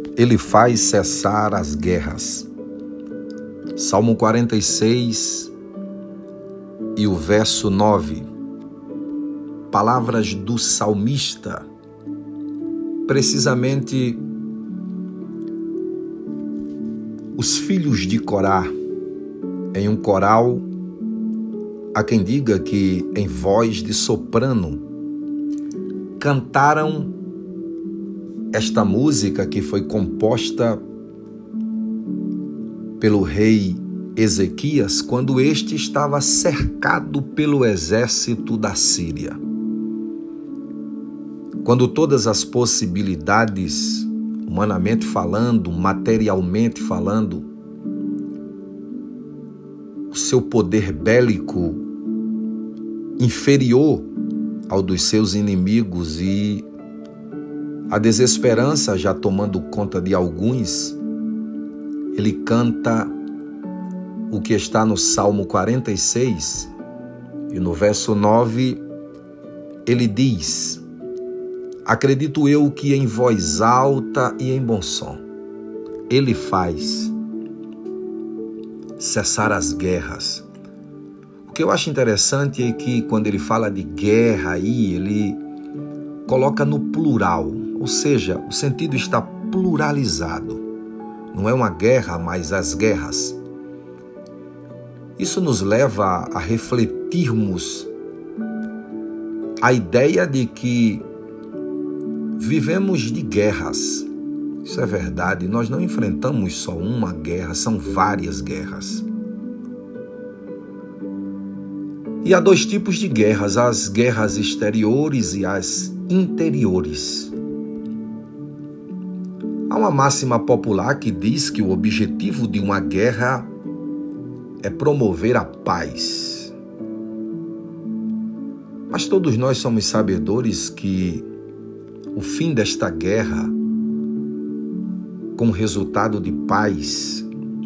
Ele faz cessar as guerras. Salmo 46 e o verso 9. Palavras do salmista. Precisamente os filhos de Corá, em um coral, há quem diga que em voz de soprano, cantaram esta música que foi composta pelo rei Ezequias quando este estava cercado pelo exército da Síria. Quando todas as possibilidades, humanamente falando, materialmente falando, o seu poder bélico inferior ao dos seus inimigos e a desesperança já tomando conta de alguns, ele canta o que está no Salmo 46 e no verso 9 ele diz: acredito eu que em voz alta e em bom som ele faz cessar as guerras. O que eu acho interessante é que quando ele fala de guerra aí, ele coloca no plural, ou seja, o sentido está pluralizado. Não é uma guerra, mas as guerras. Isso nos leva a refletirmos a ideia de que vivemos de guerras. Isso é verdade, nós não enfrentamos só uma guerra, são várias guerras. E há dois tipos de guerras, as guerras exteriores e as interiores. Há uma máxima popular que diz que o objetivo de uma guerra é promover a paz. Mas todos nós somos sabedores que o fim desta guerra, com resultado de paz,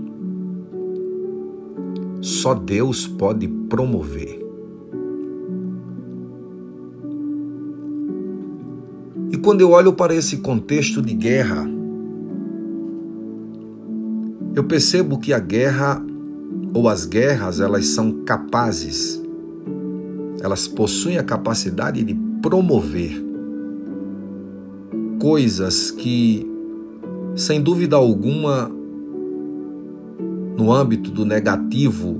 só Deus pode promover. E quando eu olho para esse contexto de guerra, eu percebo que a guerra ou as guerras, elas são capazes, elas possuem a capacidade de promover coisas que, sem dúvida alguma, no âmbito do negativo,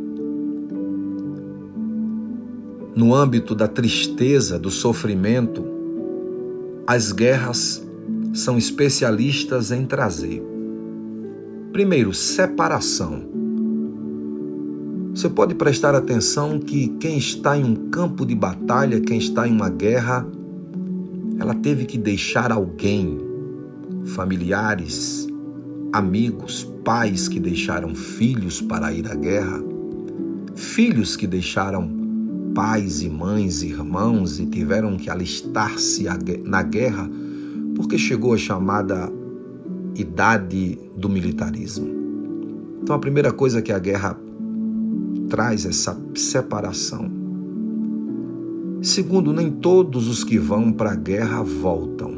no âmbito da tristeza, do sofrimento, as guerras são especialistas em trazer. Primeiro, separação. Você pode prestar atenção que quem está em um campo de batalha, quem está em uma guerra, ela teve que deixar alguém, familiares, amigos, pais que deixaram filhos para ir à guerra, filhos que deixaram pais e mães, irmãos e tiveram que alistar-se na guerra porque chegou a chamada idade do militarismo. Então a primeira coisa que a guerra traz é essa separação. Segundo, nem todos os que vão para a guerra voltam.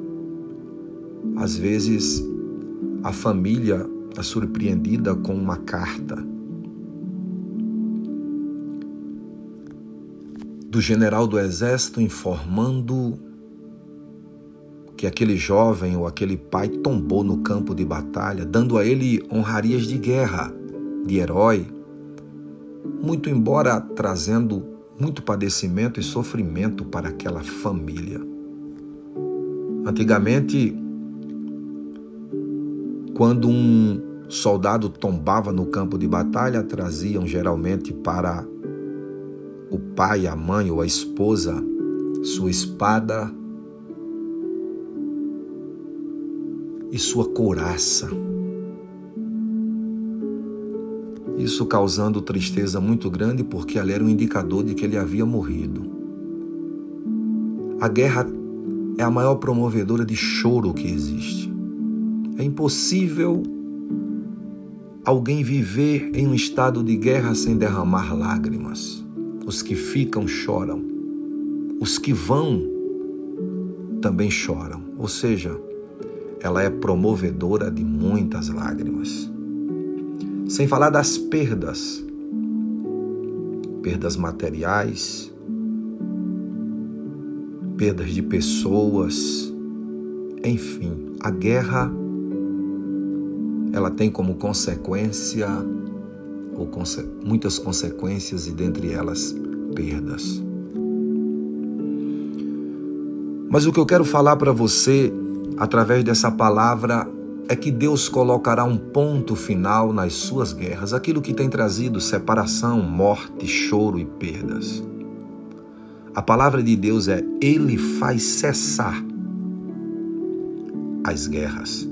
Às vezes a família é surpreendida com uma carta do general do exército informando que aquele jovem ou aquele pai tombou no campo de batalha, dando a ele honrarias de guerra, de herói, muito embora trazendo muito padecimento e sofrimento para aquela família. Antigamente, quando um soldado tombava no campo de batalha, traziam geralmente para o pai, a mãe ou a esposa sua espada e sua couraça. Isso causando tristeza muito grande, porque ali era um indicador de que ele havia morrido. A guerra é a maior promovedora de choro que existe. É impossível alguém viver em um estado de guerra sem derramar lágrimas. Os que ficam choram. Os que vão também choram. Ou seja, ela é promovedora de muitas lágrimas. Sem falar das perdas materiais, perdas de pessoas, enfim, a guerra, ela tem como consequência, muitas consequências, e dentre elas, perdas. Mas o que eu quero falar para você, através dessa palavra, é que Deus colocará um ponto final nas suas guerras, aquilo que tem trazido separação, morte, choro e perdas. A palavra de Deus é: Ele faz cessar as guerras.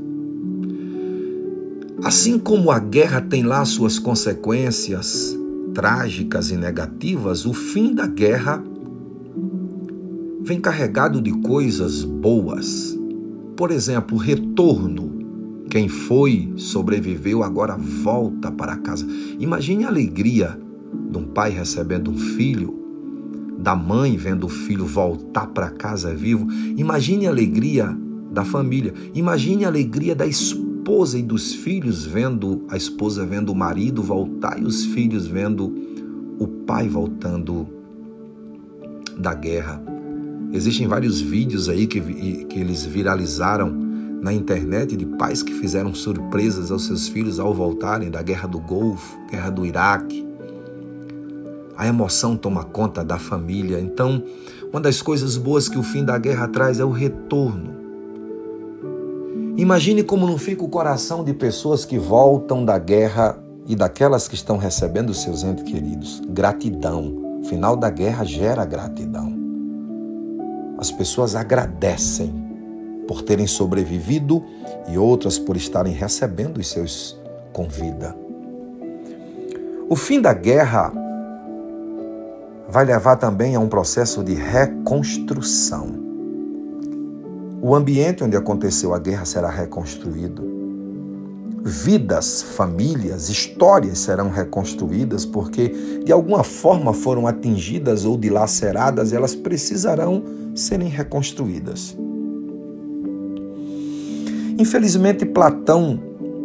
Assim como a guerra tem lá suas consequências trágicas e negativas, o fim da guerra vem carregado de coisas boas. Por exemplo, retorno. Quem foi, sobreviveu, agora volta para casa. Imagine a alegria de um pai recebendo um filho, da mãe vendo o filho voltar para casa vivo. Imagine a alegria da família. Imagine a alegria da esposa e dos filhos, vendo a esposa vendo o marido voltar e os filhos vendo o pai voltando da guerra. Existem vários vídeos aí que eles viralizaram na internet de pais que fizeram surpresas aos seus filhos ao voltarem da guerra do Golfo, guerra do Iraque. A emoção toma conta da família. Então, uma das coisas boas que o fim da guerra traz é o retorno. Imagine como não fica o coração de pessoas que voltam da guerra e daquelas que estão recebendo seus entes queridos. Gratidão. O final da guerra gera gratidão. As pessoas agradecem por terem sobrevivido e outras por estarem recebendo os seus com vida. O fim da guerra vai levar também a um processo de reconstrução. O ambiente onde aconteceu a guerra será reconstruído. Vidas, famílias, histórias serão reconstruídas porque de alguma forma foram atingidas ou dilaceradas, e elas precisarão serem reconstruídas. Infelizmente, Platão,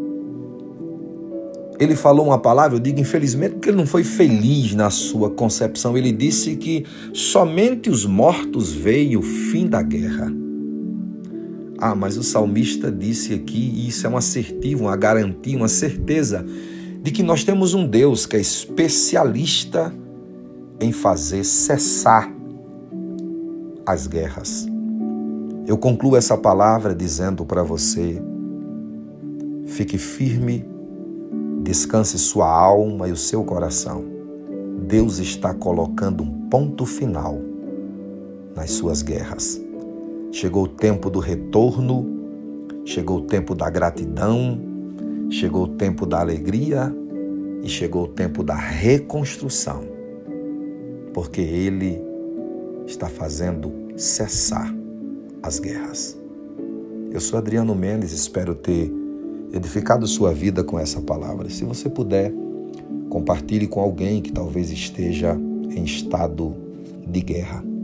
ele falou uma palavra, eu digo infelizmente porque ele não foi feliz na sua concepção. Ele disse que somente os mortos veem o fim da guerra. Mas o salmista disse aqui, e isso é um assertivo, uma garantia, uma certeza, de que nós temos um Deus que é especialista em fazer cessar as guerras. Eu concluo essa palavra dizendo para você: fique firme, descanse sua alma e o seu coração. Deus está colocando um ponto final nas suas guerras. Chegou o tempo do retorno, chegou o tempo da gratidão, chegou o tempo da alegria e chegou o tempo da reconstrução, porque Ele está fazendo cessar as guerras. Eu sou Adriano Mendes, espero ter edificado sua vida com essa palavra. Se você puder, compartilhe com alguém que talvez esteja em estado de guerra.